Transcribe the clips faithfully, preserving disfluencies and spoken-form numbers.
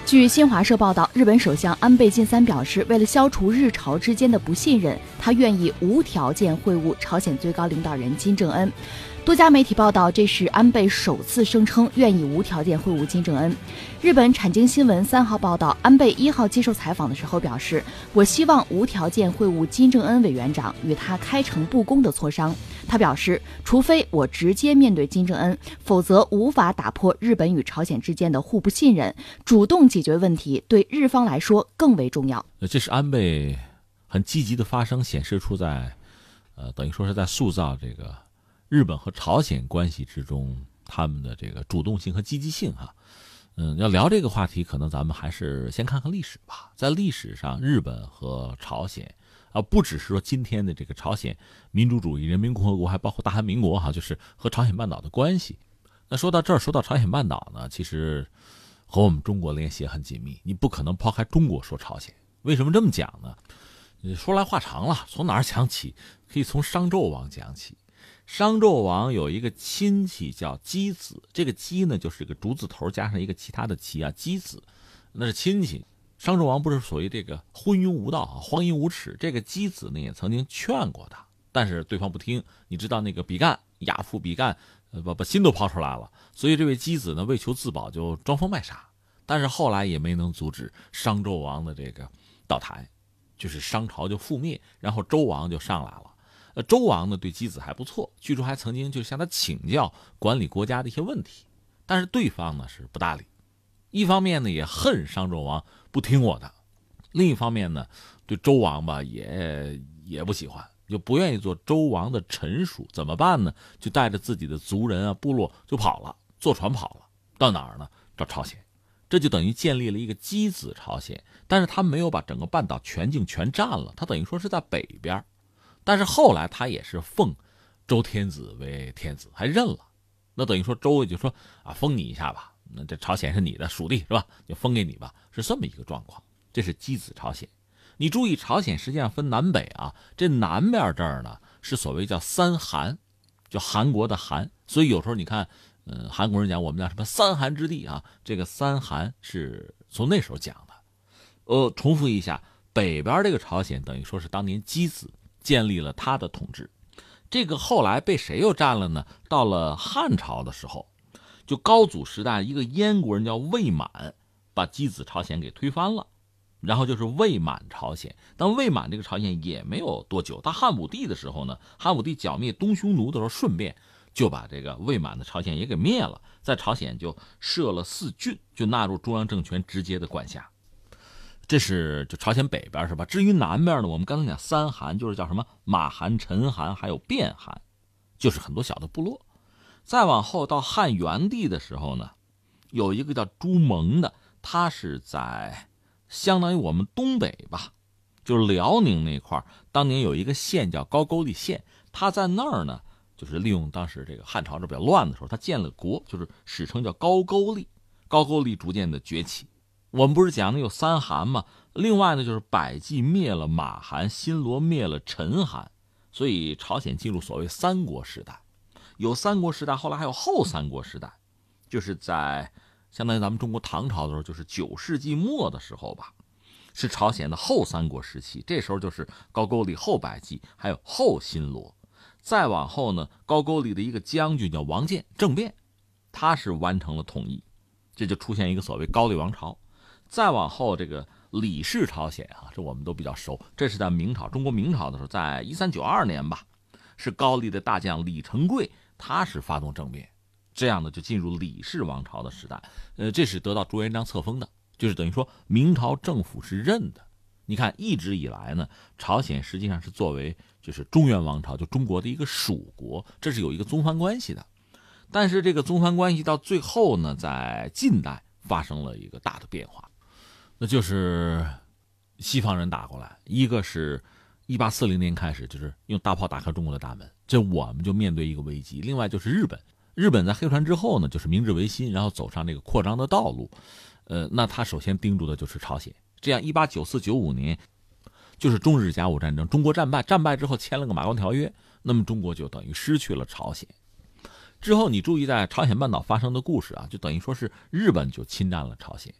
据新华社报道，日本首相安倍晋三表示，为了消除日朝之间的不信任，他愿意无条件会晤朝鲜最高领导人金正恩。多家媒体报道，这是安倍首次声称愿意无条件会晤金正恩。日本产经新闻三号报道，安倍一号接受采访的时候表示，我希望无条件会晤金正恩委员长，与他开诚布公的磋商。他表示，除非我直接面对金正恩，否则无法打破日本与朝鲜之间的互不信任。主动解决问题对日方来说更为重要。 这是安倍很积极的发声，显示出在，呃，等于说是在塑造这个日本和朝鲜关系之中他们的这个主动性和积极性哈。嗯，要聊这个话题，可能咱们还是先看看历史吧。在历史上，日本和朝鲜啊，不只是说今天的这个朝鲜民主主义人民共和国，还包括大韩民国哈，就是和朝鲜半岛的关系。那说到这儿，说到朝鲜半岛呢，其实和我们中国联系也很紧密，你不可能抛开中国说朝鲜。为什么这么讲呢？说来话长了，从哪儿讲起？可以从商纣王讲起。商纣王有一个亲戚叫箕子，这个箕呢就是一个竹字头加上一个其他的其啊，箕子，那是亲戚。商纣王不是属于这个昏庸无道啊，荒淫无耻。这个箕子呢也曾经劝过他，但是对方不听。你知道那个比干，亚父比干，呃，把把心都抛出来了。所以这位箕子呢为求自保就装疯卖傻，但是后来也没能阻止商纣王的这个倒台，就是商朝就覆灭，然后周王就上来了。呃，周王呢对箕子还不错，据说还曾经就向他请教管理国家的一些问题，但是对方呢是不搭理。一方面呢也恨商纣王不听我的，另一方面呢对周王吧也也不喜欢，就不愿意做周王的臣属。怎么办呢？就带着自己的族人啊部落就跑了，坐船跑了，到哪儿呢？到朝鲜。这就等于建立了一个箕子朝鲜，但是他没有把整个半岛全境全占了，他等于说是在北边。但是后来他也是奉周天子为天子，还认了。那等于说周也就说啊，封你一下吧，那这朝鲜是你的属地是吧？就封给你吧，是这么一个状况。这是箕子朝鲜。你注意，朝鲜实际上分南北啊，这南边这儿呢是所谓叫三韩，就韩国的韩。所以有时候你看，嗯，韩国人讲我们叫什么三韩之地啊，这个三韩是从那时候讲的。呃，重复一下，北边这个朝鲜等于说是当年箕子建立了他的统治，这个后来被谁又占了呢？到了汉朝的时候，就高祖时代，一个燕国人叫魏满，把箕子朝鲜给推翻了，然后就是魏满朝鲜。但魏满这个朝鲜也没有多久，到汉武帝的时候呢，汉武帝剿灭东匈奴的时候，顺便就把这个魏满的朝鲜也给灭了，在朝鲜就设了四郡，就纳入中央政权直接的管辖。这是就朝鲜北边是吧？至于南边呢，我们刚才讲三韩，就是叫什么马韩、陈韩还有卞韩，就是很多小的部落。再往后到汉元帝的时候呢，有一个叫朱蒙的，他是在相当于我们东北吧，就是辽宁那块，当年有一个县叫高句丽县，他在那儿呢，就是利用当时这个汉朝这比较乱的时候，他建了国，就是史称叫高句丽。高句丽逐渐的崛起。我们不是讲的有三韩吗？另外呢，就是百济灭了马韩，新罗灭了陈韩，所以朝鲜进入所谓三国时代。有三国时代，后来还有后三国时代，就是在相当于咱们中国唐朝的时候，就是九世纪末的时候吧，是朝鲜的后三国时期。这时候就是高句丽、后百济，还有后新罗。再往后呢，高句丽的一个将军叫王建政变，他是完成了统一，这就出现一个所谓高丽王朝。再往后，这个李氏朝鲜啊，这我们都比较熟。这是在明朝，中国明朝的时候，在一三九二年吧，是高丽的大将李成桂，他是发动政变，这样呢就进入李氏王朝的时代。呃，这是得到朱元璋册封的，就是等于说明朝政府是认的。你看，一直以来呢，朝鲜实际上是作为就是中原王朝，就中国的一个属国，这是有一个宗藩关系的。但是这个宗藩关系到最后呢，在近代发生了一个大的变化。那就是西方人打过来，一个是一八四零年开始，就是用大炮打开中国的大门，这我们就面对一个危机。另外就是日本，日本在黑船之后呢，就是明治维新，然后走上这个扩张的道路。呃，那他首先盯住的就是朝鲜。这样一八九四九五年，就是中日甲午战争，中国战败，战败之后签了个马关条约，那么中国就等于失去了朝鲜。之后你注意在朝鲜半岛发生的故事啊，就等于说是日本就侵占了朝鲜。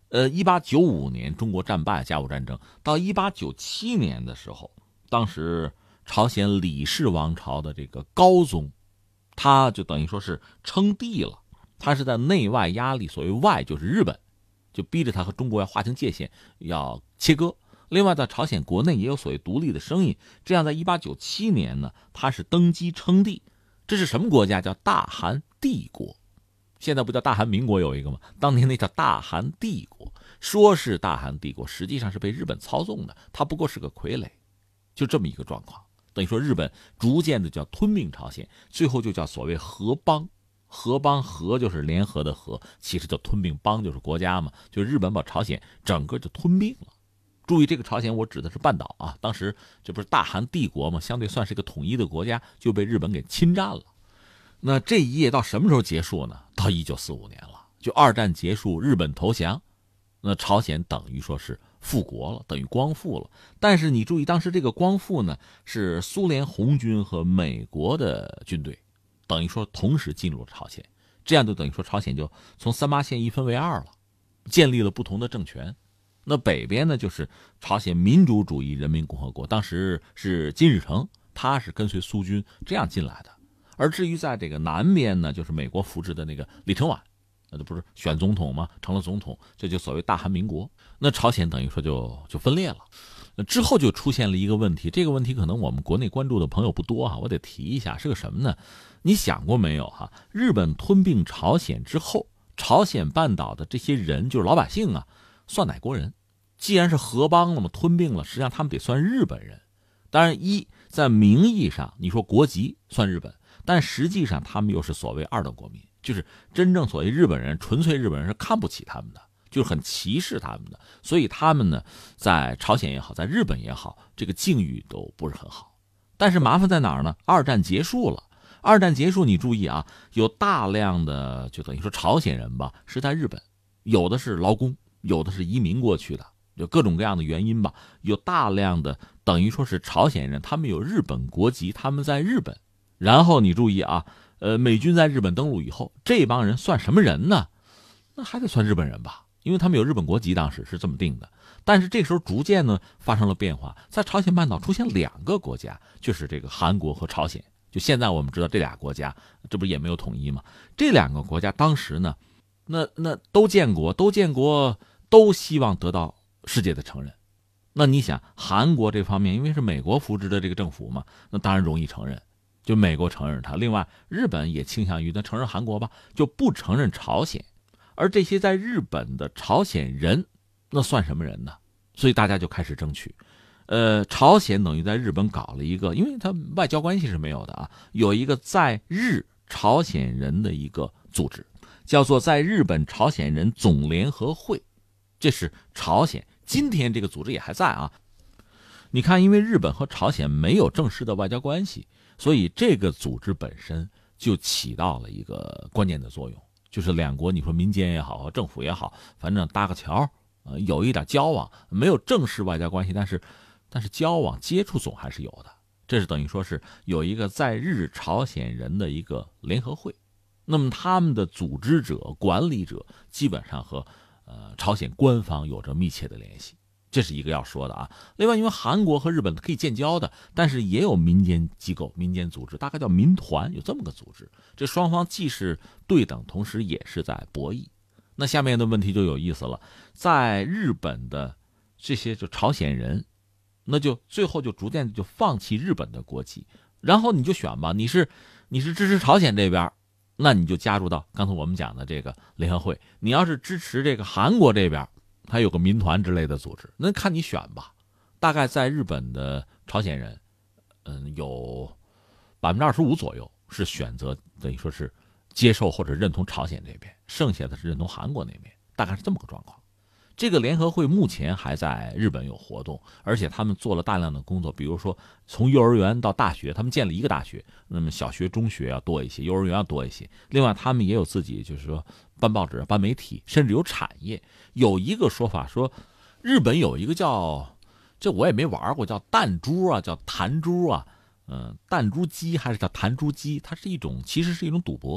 呃，一八九五年中国战败甲午战争，到一八九七年的时候，当时朝鲜李氏王朝的这个高宗，他就等于说是称帝了。他是在内外压力，所谓外就是日本，就逼着他和中国要划清界限，要切割。另外，在朝鲜国内也有所谓独立的声音。这样，在一八九七年呢，他是登基称帝。这是什么国家？叫大韩帝国。现在不叫大韩民国有一个吗？当年那叫大韩帝国。说是大韩帝国，实际上是被日本操纵的，它不过是个傀儡，就这么一个状况。等于说日本逐渐的叫吞并朝鲜，最后就叫所谓合邦。合邦，合就是联合的合，其实就吞并，邦就是国家嘛，就日本把朝鲜整个就吞并了。注意，这个朝鲜我指的是半岛啊，当时这不是大韩帝国嘛，相对算是一个统一的国家，就被日本给侵占了。那这一页到什么时候结束呢？到一九四五年了，就二战结束，日本投降，那朝鲜等于说是复国了，等于光复了。但是你注意，当时这个光复呢，是苏联红军和美国的军队，等于说同时进入了朝鲜，这样就等于说朝鲜就从三八线一分为二了，建立了不同的政权。那北边呢，就是朝鲜民主主义人民共和国，当时是金日成，他是跟随苏军这样进来的。而至于在这个南边呢，就是美国扶植的那个李承晚，那这不是选总统吗？成了总统，这就所谓大韩民国。那朝鲜等于说就就分裂了。那之后就出现了一个问题，这个问题可能我们国内关注的朋友不多哈，我得提一下，是个什么呢？你想过没有哈？日本吞并朝鲜之后，朝鲜半岛的这些人，就是老百姓啊，算哪国人？既然是合邦了嘛，吞并了，实际上他们得算日本人。当然，一在名义上你说国籍算日本，但实际上他们又是所谓二等国民，就是真正所谓日本人，纯粹日本人是看不起他们的，就是很歧视他们的。所以他们呢，在朝鲜也好，在日本也好，这个境遇都不是很好。但是麻烦在哪儿呢？二战结束了，二战结束，你注意啊，有大量的就等于说朝鲜人吧，是在日本，有的是劳工，有的是移民过去的。有各种各样的原因吧，有大量的等于说是朝鲜人，他们有日本国籍，他们在日本。然后你注意啊，呃，美军在日本登陆以后，这帮人算什么人呢？那还得算日本人吧，因为他们有日本国籍，当时是这么定的。但是这时候逐渐呢发生了变化，在朝鲜半岛出现两个国家，就是这个韩国和朝鲜。就现在我们知道这俩国家，这不也没有统一吗？这两个国家当时呢，那那都建国，都建国，都希望得到世界的承认。那你想韩国这方面，因为是美国扶植的这个政府嘛，那当然容易承认，就美国承认它。另外日本也倾向于那承认韩国吧，就不承认朝鲜。而这些在日本的朝鲜人，那算什么人呢？所以大家就开始争取。呃，朝鲜等于在日本搞了一个，因为它外交关系是没有的啊，有一个在日朝鲜人的一个组织，叫做在日本朝鲜人总联合会。这是朝鲜，今天这个组织也还在啊。你看，因为日本和朝鲜没有正式的外交关系，所以这个组织本身就起到了一个关键的作用，就是两国你说民间也好，政府也好，反正搭个桥，呃，有一点交往，没有正式外交关系，但是但是交往接触总还是有的。这是等于说是有一个在日朝鲜人的一个联合会，那么他们的组织者、管理者基本上和呃，朝鲜官方有着密切的联系，这是一个要说的啊。另外，因为韩国和日本可以建交的，但是也有民间机构、民间组织，大概叫民团，有这么个组织。这双方既是对等，同时也是在博弈。那下面的问题就有意思了，在日本的这些就朝鲜人，那就最后就逐渐就放弃日本的国籍，然后你就选吧，你是你是支持朝鲜这边，那你就加入到刚才我们讲的这个联合会。你要是支持这个韩国这边，还有个民团之类的组织，那看你选吧。大概在日本的朝鲜人，嗯，有百分之二十五左右是选择等于说是接受或者认同朝鲜这边，剩下的是认同韩国那边，大概是这么个状况。这个联合会目前还在日本有活动，而且他们做了大量的工作，比如说从幼儿园到大学，他们建了一个大学，那么小学、中学要多一些，幼儿园要多一些。另外，他们也有自己就是说办报纸、办媒体，甚至有产业。有一个说法说，日本有一个叫这我也没玩过，叫弹珠啊，叫弹珠啊，嗯、呃，弹珠机还是叫弹珠机，它是一种其实是一种赌博。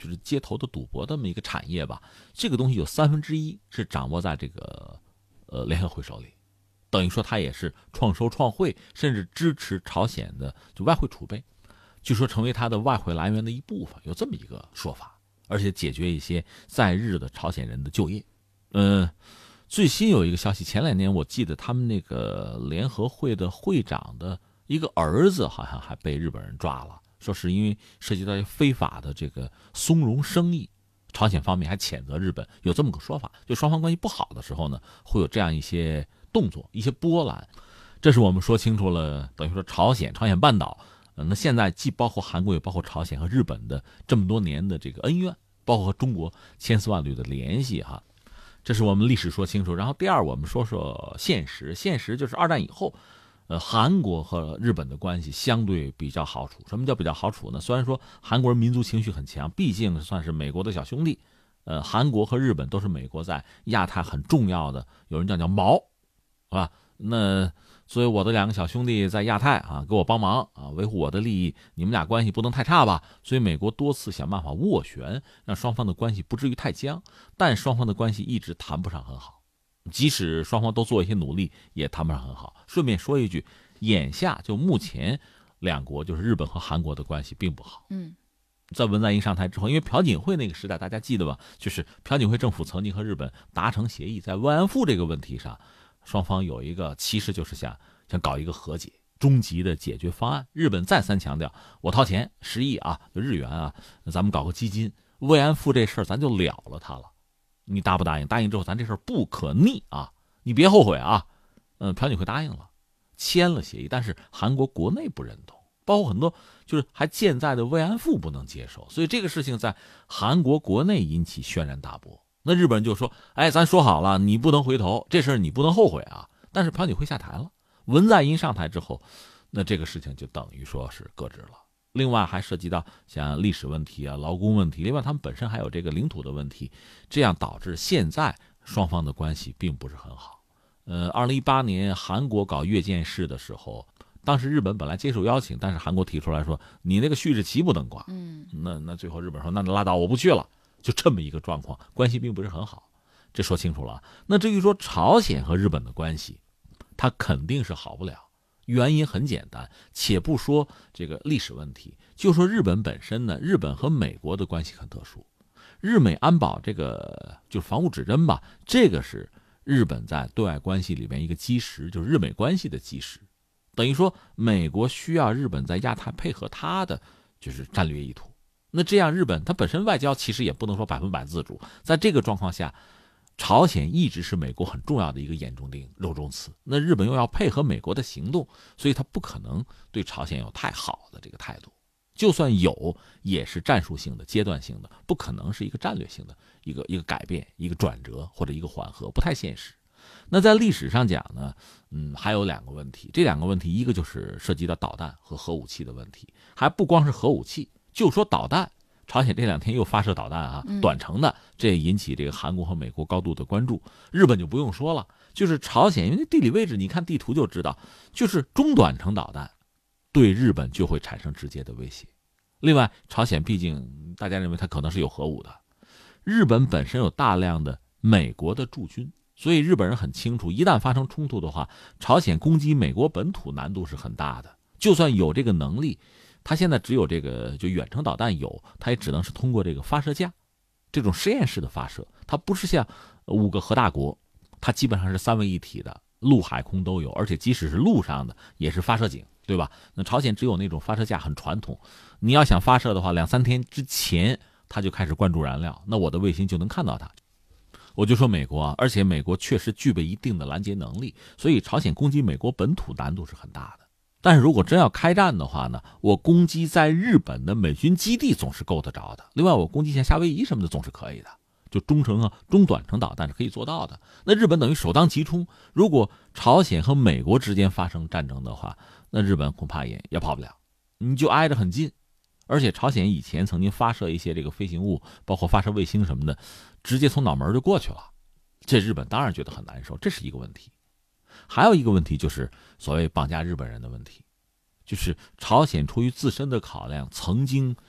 就是街头的赌博这么一个产业吧，这个东西有三分之一是掌握在这个呃联合会手里，等于说它也是创收创汇，甚至支持朝鲜的就外汇储备，据说成为它的外汇来源的一部分，有这么一个说法，而且解决一些在日的朝鲜人的就业。呃，最新有一个消息，前两年我记得他们那个联合会的会长的一个儿子好像还被日本人抓了，说是因为涉及到非法的这个松茸生意，朝鲜方面还谴责日本，有这么个说法，就双方关系不好的时候呢，会有这样一些动作，一些波澜。这是我们说清楚了，等于说朝鲜、朝鲜半岛，呃，那现在既包括韩国，也包括朝鲜和日本的这么多年的这个恩怨，包括和中国千丝万缕的联系哈。这是我们历史说清楚。然后第二，我们说说现实，现实就是二战以后。呃，韩国和日本的关系相对比较好处。什么叫比较好处呢？虽然说韩国人民族情绪很强，毕竟算是美国的小兄弟。呃，韩国和日本都是美国在亚太很重要的，有人叫叫毛，是吧？那所以我的两个小兄弟在亚太啊，给我帮忙啊，维护我的利益，你们俩关系不能太差吧？所以美国多次想办法斡旋，让双方的关系不至于太僵，但双方的关系一直谈不上很好。即使双方都做一些努力，也谈不上很好。顺便说一句，眼下就目前两国就是日本和韩国的关系并不好。 嗯， 在文在寅上台之后，因为朴槿惠那个时代大家记得吧，就是朴槿惠政府曾经和日本达成协议，在慰安妇这个问题上，双方有一个其实就是想想搞一个和解，终极的解决方案。日本再三强调，我掏钱十亿啊，就日元啊，咱们搞个基金，慰安妇这事儿咱就了了它了。你答不答应？答应之后，咱这事儿不可逆啊！你别后悔啊！嗯，朴槿惠答应了，签了协议，但是韩国国内不认同，包括很多就是还健在的慰安妇不能接受，所以这个事情在韩国国内引起轩然大波。那日本人就说：“哎，咱说好了，你不能回头，这事儿你不能后悔啊！”但是朴槿惠下台了，文在寅上台之后，那这个事情就等于说是搁置了。另外还涉及到像历史问题啊、劳工问题，另外他们本身还有这个领土的问题，这样导致现在双方的关系并不是很好。呃，二零一八年韩国搞越建式的时候，当时日本本来接受邀请，但是韩国提出来说你那个旭日旗不能挂， 嗯， 那那最后日本说那拉倒，我不去了，就这么一个状况，关系并不是很好，这说清楚了。那至于说朝鲜和日本的关系，它肯定是好不了。原因很简单，且不说这个历史问题，就说日本本身呢，日本和美国的关系很特殊，日美安保这个就是防务指针吧，这个是日本在对外关系里面一个基石，就是日美关系的基石，等于说美国需要日本在亚太配合它的就是战略意图。那这样日本它本身外交其实也不能说百分百自主，在这个状况下，朝鲜一直是美国很重要的一个眼中钉、肉中刺。那日本又要配合美国的行动，所以他不可能对朝鲜有太好的这个态度。就算有，也是战术性的、阶段性的，不可能是一个战略性的一个一个改变、一个转折或者一个缓和，不太现实。那在历史上讲呢，嗯，还有两个问题，这两个问题，一个就是涉及到导弹和核武器的问题，还不光是核武器，就说导弹。朝鲜这两天又发射导弹啊，短程的，这也引起这个韩国和美国高度的关注。日本就不用说了，就是朝鲜，因为地理位置，你看地图就知道，就是中短程导弹，对日本就会产生直接的威胁。另外，朝鲜毕竟大家认为它可能是有核武的，日本本身有大量的美国的驻军，所以日本人很清楚，一旦发生冲突的话，朝鲜攻击美国本土难度是很大的。就算有这个能力，他现在只有这个就远程导弹有，他也只能是通过这个发射架，这种实验室的发射，它不是像五个核大国，它基本上是三位一体的，陆海空都有，而且即使是陆上的也是发射井，对吧？那朝鲜只有那种发射架很传统，你要想发射的话，两三天之前它就开始灌注燃料，那我的卫星就能看到它。我就说美国啊，而且美国确实具备一定的拦截能力，所以朝鲜攻击美国本土难度是很大的。但是如果真要开战的话呢，我攻击在日本的美军基地总是够得着的。另外，我攻击像夏威夷什么的总是可以的，就中程啊、中短程导弹是可以做到的。那日本等于首当其冲，如果朝鲜和美国之间发生战争的话，那日本恐怕也也跑不了，你就挨着很近。而且朝鲜以前曾经发射一些这个飞行物，包括发射卫星什么的，直接从脑门就过去了，这日本当然觉得很难受，这是一个问题。还有一个问题就是所谓绑架日本人的问题，就是朝鲜出于自身的考量，曾经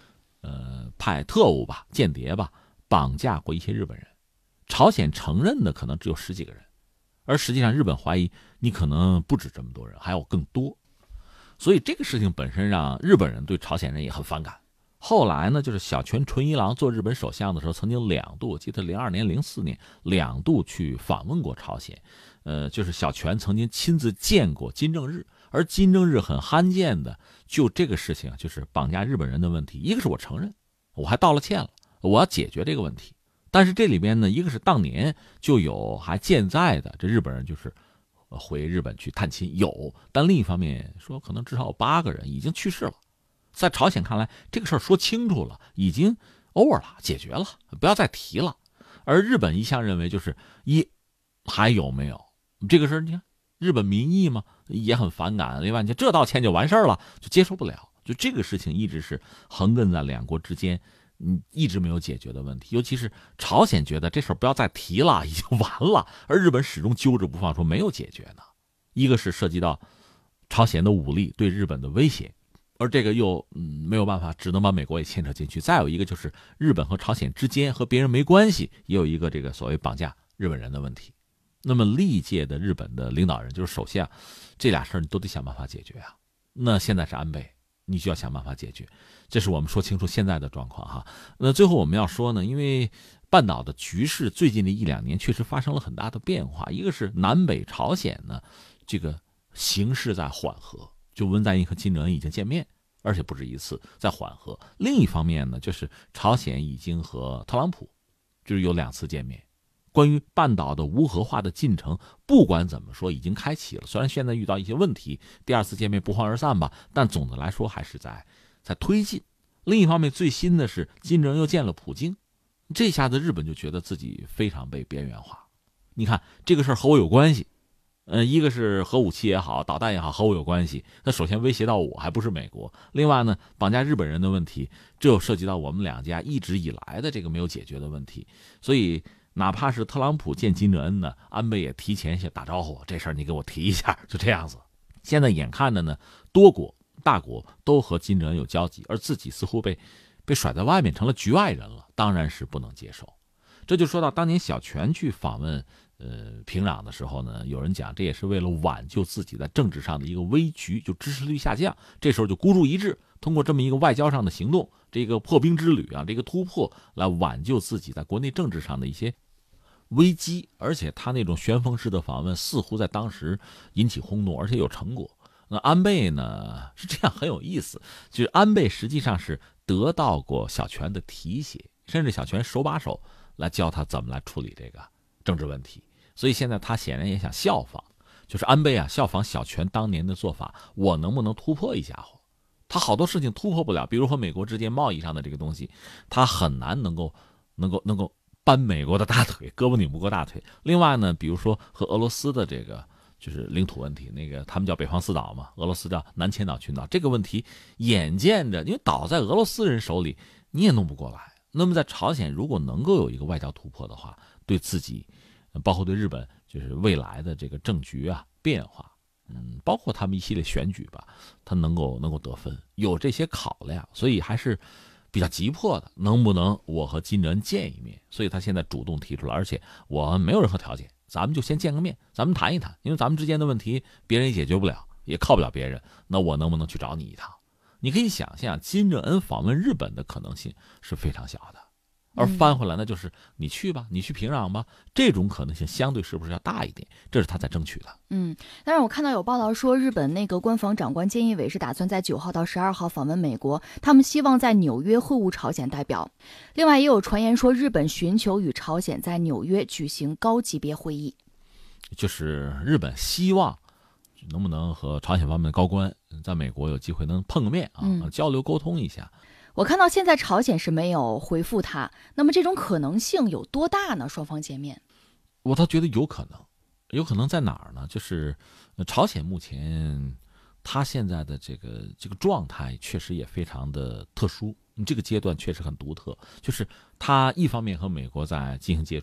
呃派特务吧、间谍吧绑架过一些日本人，朝鲜承认的可能只有十几个人，而实际上日本怀疑你可能不止这么多人，还有更多。所以这个事情本身让日本人对朝鲜人也很反感。后来呢，就是小泉纯一郎做日本首相的时候，曾经两度，我记得零二年、零四年两度去访问过朝鲜。呃，就是小泉曾经亲自见过金正日，而金正日很罕见的就这个事情啊，就是绑架日本人的问题，一个是我承认，我还道了歉了，我要解决这个问题。但是这里边呢，一个是当年就有还健在的这日本人，就是回日本去探亲有，但另一方面说，可能至少有八个人已经去世了。在朝鲜看来，这个事儿说清楚了，已经 over 了，解决了，不要再提了。而日本一向认为，就是一还有没有这个事儿？你看日本民意嘛，也很反感。另外，就这道歉就完事儿了，就接受不了。就这个事情一直是横亘在两国之间，嗯，一直没有解决的问题。尤其是朝鲜觉得这事儿不要再提了，已经完了，而日本始终揪着不放，说没有解决呢。一个是涉及到朝鲜的武力对日本的威胁。而这个又嗯没有办法，只能把美国也牵扯进去。再有一个就是日本和朝鲜之间和别人没关系，也有一个这个所谓绑架日本人的问题。那么历届的日本的领导人，就是首相，这俩事儿你都得想办法解决啊。那现在是安倍，你就要想办法解决。这是我们说清楚现在的状况哈。那最后我们要说呢，因为半岛的局势最近的一两年确实发生了很大的变化。一个是南北朝鲜呢，这个形势在缓和。就文在寅和金正恩已经见面，而且不止一次，在缓和。另一方面呢，就是朝鲜已经和特朗普就是有两次见面。关于半岛的无核化的进程，不管怎么说已经开启了，虽然现在遇到一些问题，第二次见面不欢而散吧，但总的来说还是在在推进。另一方面，最新的是金正恩又见了普京，这下子日本就觉得自己非常被边缘化。你看这个事儿和我有关系。呃，一个是核武器也好，导弹也好，和我有关系。那首先威胁到我，还不是美国。另外呢，绑架日本人的问题，这又涉及到我们两家一直以来的这个没有解决的问题。所以，哪怕是特朗普见金正恩呢，安倍也提前先打招呼，这事儿你给我提一下，就这样子。现在眼看着呢，多国大国都和金正恩有交集，而自己似乎被被甩在外面，成了局外人了，当然是不能接受。这就说到当年小泉去访问。呃，平壤的时候呢，有人讲这也是为了挽救自己在政治上的一个危局，就支持率下降。这时候就孤注一掷，通过这么一个外交上的行动，这个破冰之旅啊，这个突破来挽救自己在国内政治上的一些危机。而且他那种旋风式的访问，似乎在当时引起轰动，而且有成果。那安倍呢是这样，很有意思，就是安倍实际上是得到过小泉的提携，甚至小泉手把手来教他怎么来处理这个政治问题。所以现在他显然也想效仿，就是安倍啊，效仿小泉当年的做法，我能不能突破一家伙？他好多事情突破不了，比如和美国之间贸易上的这个东西，他很难能够能够能够扳美国的大腿，胳膊拧不过大腿。另外呢，比如说和俄罗斯的这个就是领土问题，那个他们叫北方四岛嘛，俄罗斯叫南千岛群岛，这个问题眼见着，因为岛在俄罗斯人手里，你也弄不过来。那么在朝鲜如果能够有一个外交突破的话，对自己包括对日本就是未来的这个政局啊变化，嗯，包括他们一系列选举吧，他能够能够得分，有这些考量，所以还是比较急迫的，能不能我和金正恩见一面？所以他现在主动提出了，而且我没有任何条件，咱们就先见个面，咱们谈一谈，因为咱们之间的问题别人也解决不了，也靠不了别人，那我能不能去找你一趟？你可以想象，金正恩访问日本的可能性是非常小的。而翻回来那就是你去吧，你去平壤吧，这种可能性相对是不是要大一点？这是他在争取的。 嗯，但是我看到有报道说，日本内阁官房长官菅义伟是打算在九号到十二号访问美国，他们希望在纽约会晤朝鲜代表。另外也有传言说，日本寻求与朝鲜在纽约举行高级别会议， 就是日本希望能不能和朝鲜方面的高官在美国有机会能碰个面啊，嗯、交流沟通一下。 我看到现在朝鲜是没有回复他，那么这种可能性有多大呢？双方见面， 我倒觉得有可能，有可能在哪儿呢？就是朝鲜目前他现在的这个这个状态确实也非常的特殊，这个阶段确实很独特，就是他一方面和美国在进行接触，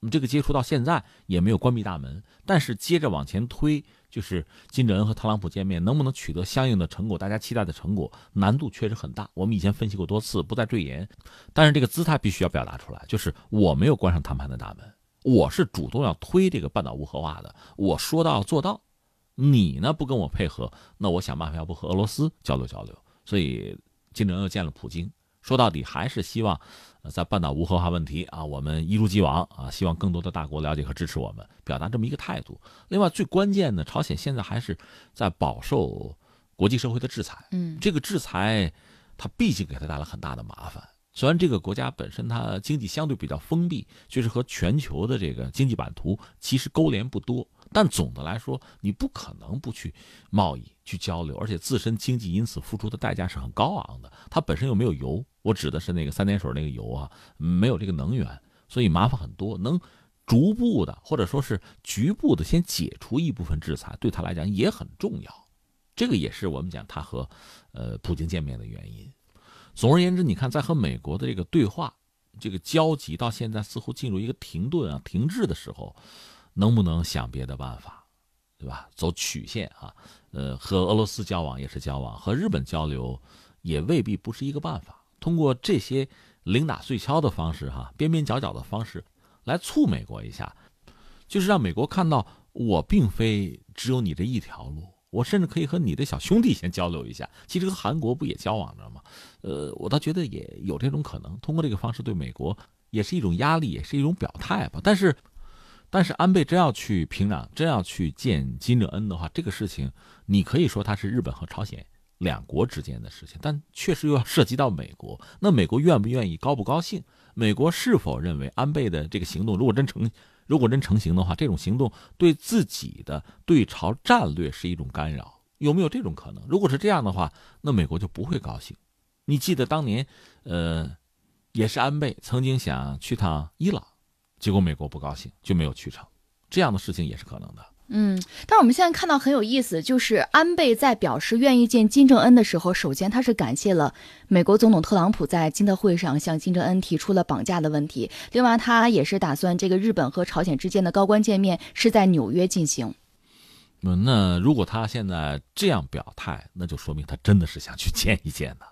这个接触到现在也没有关闭大门，但是接着往前推，就是金正恩和特朗普见面能不能取得相应的成果，大家期待的成果，难度确实很大。我们以前分析过多次，不再赘言。但是这个姿态必须要表达出来，就是我没有关上谈判的大门，我是主动要推这个半岛无核化的，我说到做到。你呢不跟我配合，那我想办法要不和俄罗斯交流交流。所以金正恩又见了普京，说到底还是希望在半岛无核化问题啊，我们一如既往啊，希望更多的大国了解和支持我们，表达这么一个态度。另外最关键的，朝鲜现在还是在饱受国际社会的制裁， 嗯， 这个制裁它毕竟给它带来很大的麻烦。虽然这个国家本身它经济相对比较封闭，就是和全球的这个经济版图其实勾连不多，但总的来说你不可能不去贸易去交流，而且自身经济因此付出的代价是很高昂的。它本身又没有油，我指的是那个三点水那个油啊，没有这个能源，所以麻烦很多。能逐步的或者说是局部的先解除一部分制裁，对他来讲也很重要。这个也是我们讲他和呃普京见面的原因。总而言之，你看在和美国的这个对话这个交集到现在似乎进入一个停顿啊停滞的时候，能不能想别的办法，对吧？走曲线啊，呃，和俄罗斯交往也是交往，和日本交流也未必不是一个办法。通过这些零打碎敲的方式哈，边边角角的方式来促美国一下，就是让美国看到我并非只有你这一条路，我甚至可以和你的小兄弟先交流一下。其实和韩国不也交往着吗？呃，我倒觉得也有这种可能，通过这个方式对美国也是一种压力，也是一种表态吧。但是但是安倍真要去平壤，真要去见金正恩的话，这个事情你可以说它是日本和朝鲜两国之间的事情，但确实又要涉及到美国。那美国愿不愿意，高不高兴？美国是否认为安倍的这个行动如果真成如果真成型的话，这种行动对自己的对朝战略是一种干扰，有没有这种可能？如果是这样的话，那美国就不会高兴。你记得当年呃，也是安倍曾经想去趟伊朗，结果美国不高兴，就没有去成。这样的事情也是可能的。 嗯，但是我们现在看到很有意思，就是安倍在表示愿意见金正恩的时候，首先他是感谢了美国总统特朗普在金特会上向金正恩提出了绑架的问题，另外他也是打算这个日本和朝鲜之间的高官见面是在纽约进行。 那如果他现在这样表态，那就说明他真的是想去见一见的。